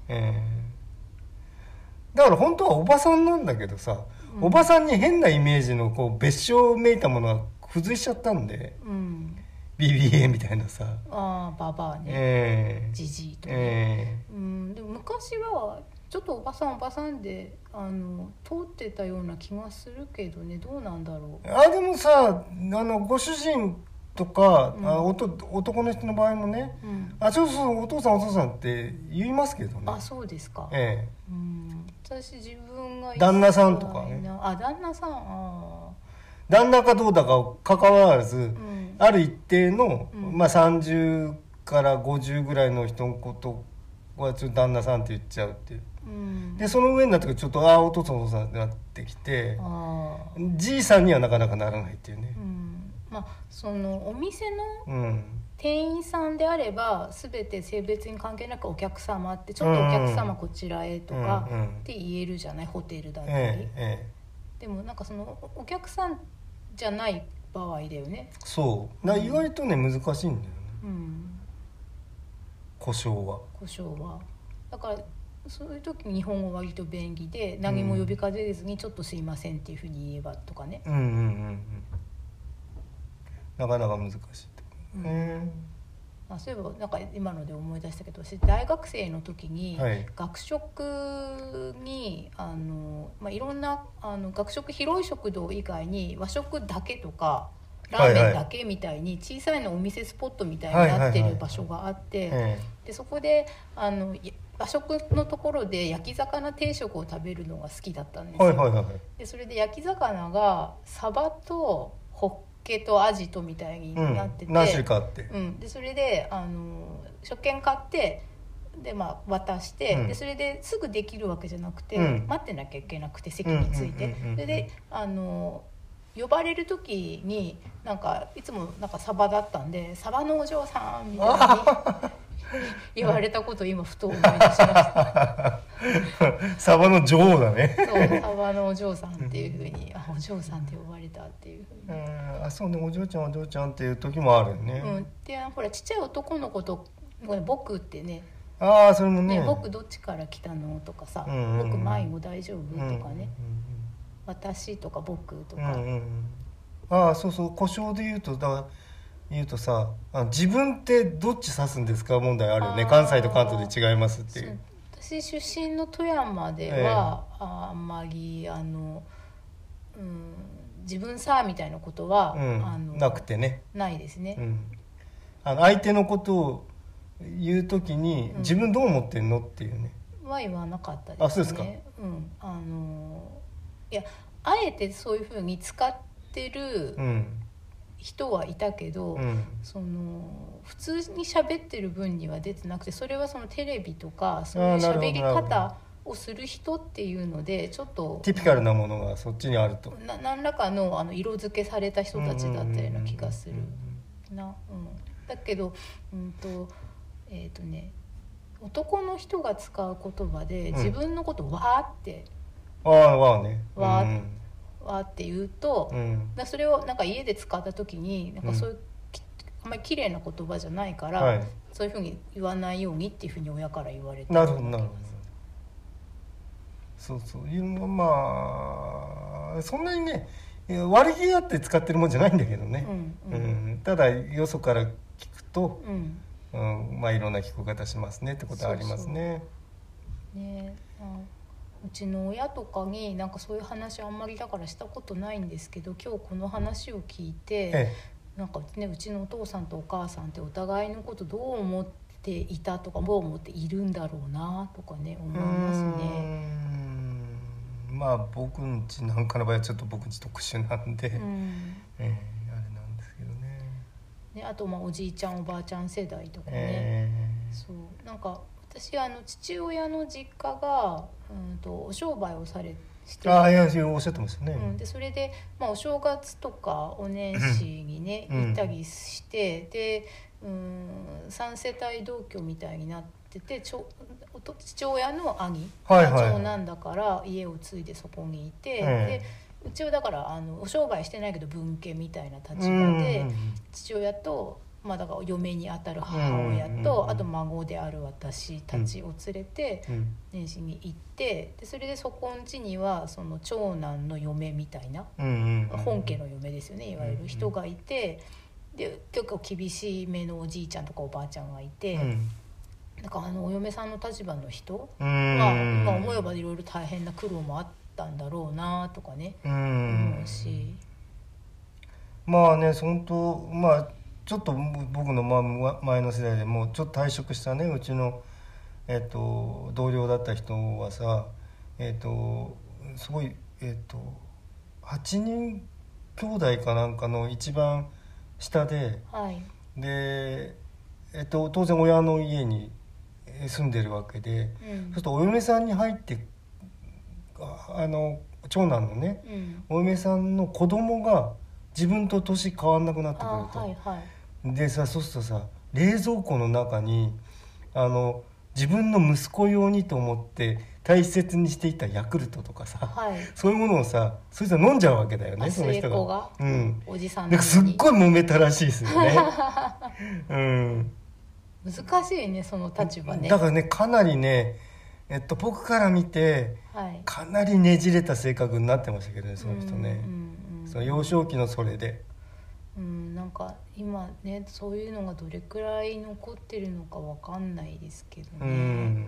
だから本当はおばさんなんだけどさ、おばさんに変なイメージの別称めいたものが付随しちゃったんで、BBA みたいなさ、 ババアね、ジジイとね、でも昔はちょっとおばさんで通ってたような気がするけどね、どうなんだろう。 でもさご主人とか、男の人の場合もね、ちょっとお父さんって言いますけどね。 そうですか。私自分が旦那さんとかね。 旦那さん、 旦那かどうだか関わらず、ある一定の、30から50ぐらいの人のことはちょっと旦那さんって言っちゃうっていう、でその上になってくるとちょっとお父さんってなってきて、じいさんにはなかなかならないっていうね。 そのお店の店員さんであれば全て性別に関係なくお客様って、ちょっとお客様こちらへとかって言えるじゃない、ホテルだったり、でもなんかそのお客さんじゃない場合だよね。 そう意外とね難しいんだよね、故障は。 だからそういう時に日本語割と便利で、何も呼びかけずにちょっとすいませんっていうふうに言えばとかね、 なかなか難しいと、 そういえばなんか今ので思い出したけど、私大学生の時に学食にいろんな学食、広い食堂以外に和食だけとかラーメンだけみたいに小さいのお店スポットみたいになってる場所があって、でそこで和食のところで焼き魚定食を食べるのが好きだったんですよ。でそれで焼き魚がサバとホッケとアジとみたいになってて、 何種類かあって、 でそれで食券買ってで、渡して、でそれですぐできるわけじゃなくて、待ってなきゃいけなくて、席に着いて、それで呼ばれる時になんかいつもなんかサバだったんで、サバのお嬢さんみたいに言われたことを今ふと思い出しましたサバの女王だね。 そう、サバのお嬢さんっていうふうにお嬢さんって呼ばれたっていうふうに、 そうね、お嬢ちゃんお嬢ちゃんっていう時もあるよね。 でほらちっちゃい男の子と僕ってね、 それもね、 僕どっちから来たのとかさ、僕迷子大丈夫とかね、私とか僕とか、 そうそう、故障で言うとさ、自分ってどっち指すんですか問題あるよね。関西と関東で違いますっていう。 私出身の富山では、あんまり自分さみたいなことは、 なくてね、 ないですね。 相手のことを言うときに、自分どう思ってんのっていうねは言わなかったですね。 そうですか。 いや、あえてそういうふうに使ってる人はいたけど、その普通に喋ってる分には出てなくて、それはそのテレビとかそういう喋り方をする人っていうので、ちょっとティピカルなものがそっちにあると、 何らかの色付けされた人たちだったような気がするな。だけど男の人が使う言葉で自分のことわーってわーって言うと、それをなんか家で使った時になんかそういう、あんまり綺麗な言葉じゃないから、そういうふうに言わないようにっていうふうに親から言われて。 なるほどなるほど。そういうのはそんなにね悪気あって使ってるもんじゃないんだけどね、ただよそから聞くと、いろんな聞こえ方しますねってことはありますね。 うちの親とかになんかそういう話あんまりだからしたことないんですけど、今日この話を聞いて、なんかね、うちのお父さんとお母さんってお互いのことどう思っていたとかどう思っているんだろうなとかね、思いますね。 僕んちなんかの場合はちょっと僕んち特殊なんで、あれなんですけどね。 あとおじいちゃんおばあちゃん世代とかね、そうなんか私父親の実家がお商売をされておっしゃってましたね。 でそれで、お正月とかお年始にね、行ったりして、で3世帯同居みたいになってて、父親の兄が長男だから家を継いでそこにいて、でうちはだからお商売してないけど分家みたいな立場で、父親とだから嫁にあたる母親と、あと孫である私たちを連れて年始に行って、でそれでそこん家にはその長男の嫁みたいな、本家の嫁ですよね、いわゆる人がいて、で結構厳しめのおじいちゃんとかおばあちゃんがいて、なんかお嫁さんの立場の人は今思えばいろいろ大変な苦労もあったんだろうなとかね、思うし、 本当ちょっと僕の前の世代でもうちょっと退職したね、うちの、同僚だった人はさ、すごい、8人兄弟かなんかの一番下で、で、当然親の家に住んでるわけで、そうするとお嫁さんに入って長男のね、お嫁さんの子供が自分と年変わんなくなってくると、でさ、そうするとさ、冷蔵庫の中に自分の息子用にと思って大切にしていたヤクルトとかさ、そういうものをさ、そいつは飲んじゃうわけだよね、その人が。 おじさんのすっごい揉めたらしいですよね。 難しいね、その立場ね。 だからね、かなりね、僕から見て、かなりねじれた性格になってましたけどね、その人ね。その幼少期のそれで。 なんか今ねそういうのがどれくらい残ってるのかわかんないですけどね。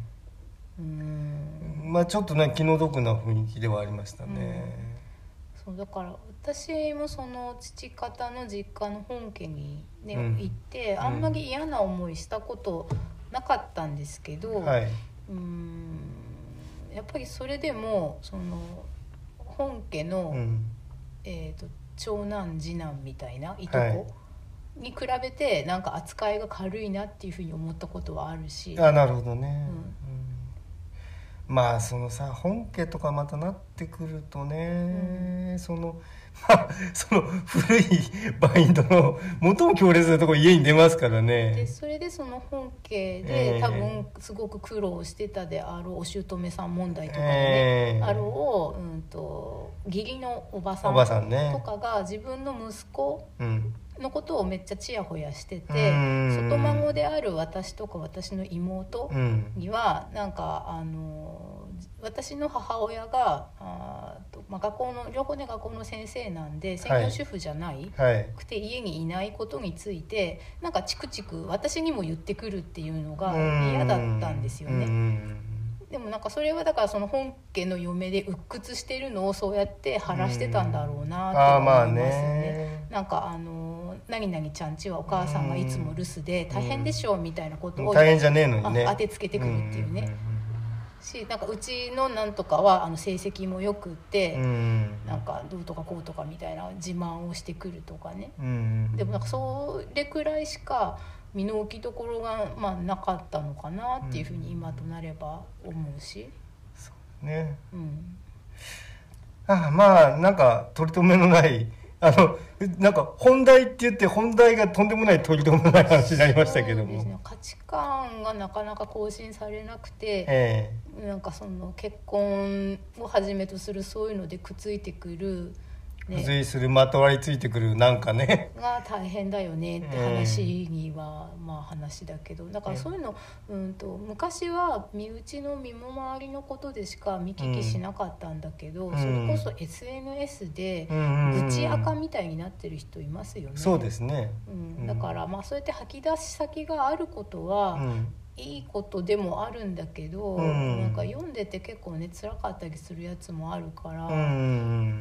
まあちょっとね気の毒な雰囲気ではありましたね。 そうだから私もその父方の実家の本家に、ね行ってあんまり嫌な思いしたことなかったんですけど、 はい、 やっぱりそれでもその本家の、長男次男みたいないとこに比べてなんか扱いが軽いなっていうふうに思ったことはあるし。 なるほどね、まあそのさ本家とかまたなってくるとね、その古いバインドの最も強烈なところ家に出ますからね。 でそれでその本家で、多分すごく苦労してたであろうお姑さん問題とかでね、あろう、義理のおばさんとかが自分の息子のことをめっちゃちやほやしてて、外孫である私とか私の妹にはなんか私の母親が学校の両方ね学校の先生なんで専業主婦じゃないくて家にいないことについてなんかチクチク私にも言ってくるっていうのが嫌だったんですよね。でもなんかそれはだからその本家の嫁で鬱屈してるのをそうやって晴らしてたんだろうなって思いますよね。なんか何々ちゃんちはお母さんがいつも留守で大変でしょみたいなことを大変じゃねえのにね当てつけてくるっていうね。なんかうちのなんとかは成績もよくって、なんかどうとかこうとかみたいな自慢をしてくるとかね、でもなんかそれくらいしか身の置きどころがなかったのかなっていうふうに今となれば思うし、 そうね、まあなんか取り留めのないなんか本題って言って本題がとんでもない取り留めのない話になりましたけども、そうですね、 価値観がなかなか更新されなくて、なんかその結婚をはじめとするそういうのでくっついてくる、 付随するまとわりついてくるなんかねが大変だよねって話には話だけど、だからそういうの、昔は身内の身の回りのことでしか見聞きしなかったんだけど、それこそ SNS で愚痴垢みたいになってる人いますよね。 そうですね、 だからそうやって吐き出し先があることは、いいことでもあるんだけど、なんか読んでて結構ね辛かったりするやつもあるから、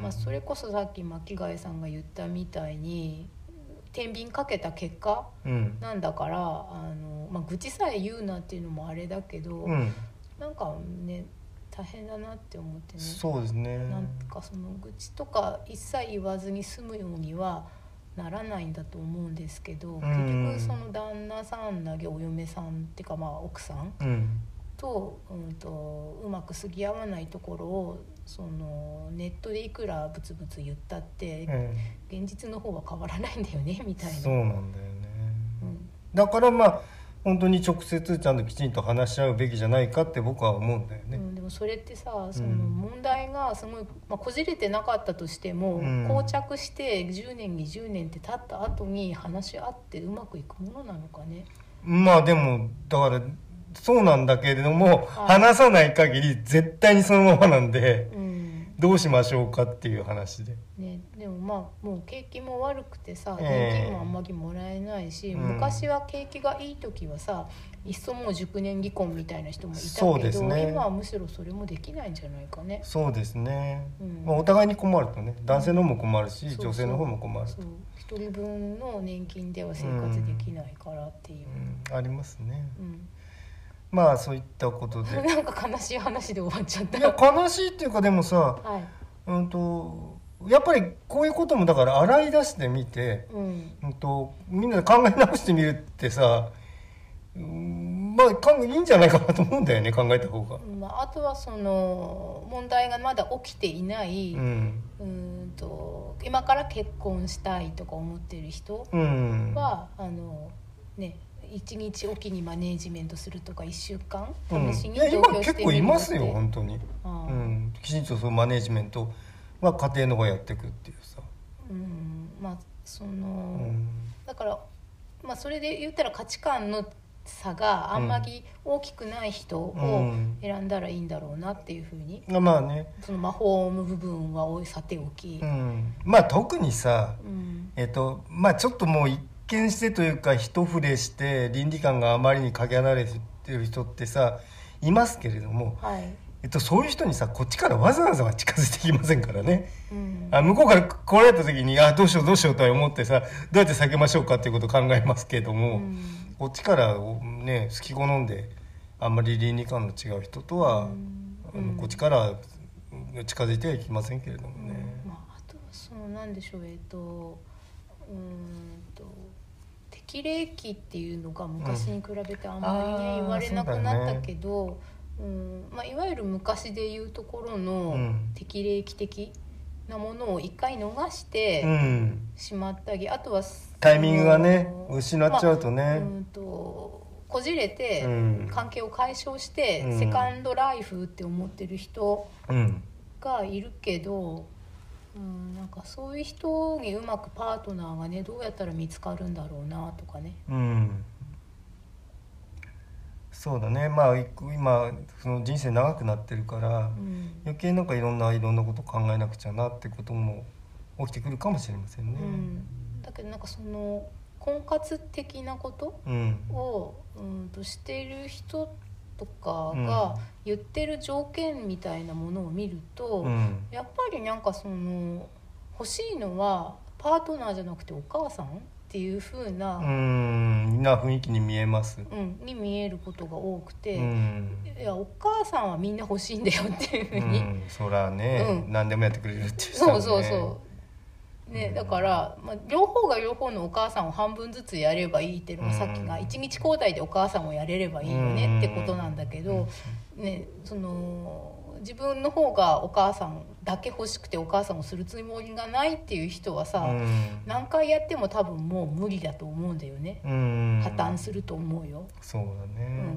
それこそさっき巻貝さんが言ったみたいに天秤かけた結果なんだから、愚痴さえ言うなっていうのもあれだけど、なんかね大変だなって思ってね。 そうですね。 なんかその愚痴とか一切言わずに済むようにはならないんだと思うんですけど、結局その旦那さんなりお嫁さんっていうか奥さんと、うまくすぎ合わないところをそのネットでいくらブツブツ言ったって、現実の方は変わらないんだよねみたいな。 そうなんだよね、だから本当に直接ちゃんときちんと話し合うべきじゃないかって僕は思うんだよね、 でもそれってさ、その問題がすごい、こじれてなかったとしても、膠着して10年20年って経った後に話し合ってうまくいくものなのかね。 でもだからそうなんだけれども、話さない限り絶対にそのままなんで、どうしましょうかっていう話で、 でももう景気も悪くてさ、年金もあんまりもらえないし、昔は景気がいい時はさいっそもう熟年離婚みたいな人もいたけど、今はむしろそれもできないんじゃないかね。 そうですね、お互いに困るとね、男性の方も困るし、女性の方も困ると、 一人分の年金では生活できないからっていう、 ありますね、そういったことでなんか悲しい話で終わっちゃった。 いや悲しいっていうか、でもさ、やっぱりこういうこともだから洗い出してみて、みんなで考え直してみるってさ、いいんじゃないかなと思うんだよね、考えた方が。 あとはその問題がまだ起きていない、今から結婚したいとか思ってる人は、1日おきにマネージメントするとか1週間試しに同居してみるって、 今結構いますよ本当に、きちんとそのマネージメントは家庭の方がやっていくっていうさ、 だからそれで言ったら価値観の差があんまり大きくない人を選んだらいいんだろうなっていうふうに、 まあね、 その魔法の部分はさておき、 まあ特にさ、まあちょっともう一見してというか一触れして倫理観があまりにかけ離れてる人ってさいますけれども、 はい、 そういう人にさこっちからわざわざは近づいてきませんからね、向こうから来られた時にどうしようどうしようとは思ってさ、どうやって避けましょうかっていうことを考えますけれども、こっちからね好き好んであんまり倫理観の違う人とは、こっちから近づいてはいきませんけれどもね、 あとはその何でしょう、適齢期っていうのが昔に比べてあんまりね、言われなくなったけど、いわゆる昔でいうところの適齢期的なものを一回逃してしまったり、あとはタイミングがね失っちゃうとね、 こじれて関係を解消してセカンドライフって思ってる人がいるけど、なんかそういう人にうまくパートナーがねどうやったら見つかるんだろうなとかね、 そうだね、まあ今その人生長くなってるから、余計なんかいろんなこと考えなくちゃなってことも起きてくるかもしれませんね、 だけどなんかその婚活的なことを、している人とかが言ってる条件みたいなものを見ると、やっぱりなんかその欲しいのはパートナーじゃなくてお母さんっていう風な雰囲気に見えます、 に見えることが多くて、いやお母さんはみんな欲しいんだよっていう風に、 そらね、何でもやってくれるっていう人はね、そうね、だから、両方が両方のお母さんを半分ずつやればいいっていうのがさっきが1日交代でお母さんをやれればいいよねってことなんだけど、その自分の方がお母さんだけ欲しくてお母さんをするつもりがないっていう人はさ、何回やっても多分もう無理だと思うんだよね、破綻すると思うよ。 そうだね、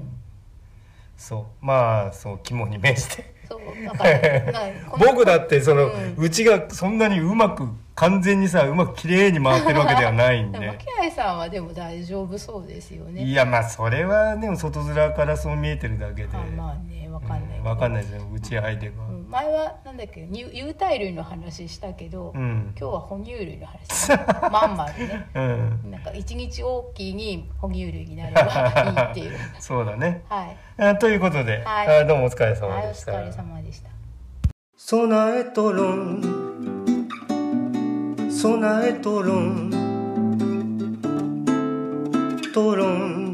そう肝に銘じて僕だってその、うちがそんなにうまく完全にさうまく綺麗に回ってるわけではないんで牧合さんはでも大丈夫そうですよね。 いやそれはでも外面からそう見えてるだけで、 まあね分かんないけど、 分かんないですようち入れば、 前はなんだっけ有袋類の話したけど、今日は哺乳類の話まんまでね、なんか一日おきに哺乳類になればいいっていうそうだね、 はい、 ということで、どうもお疲れ様でした。 お疲れ様でした。 備えとろん備えとろんとろん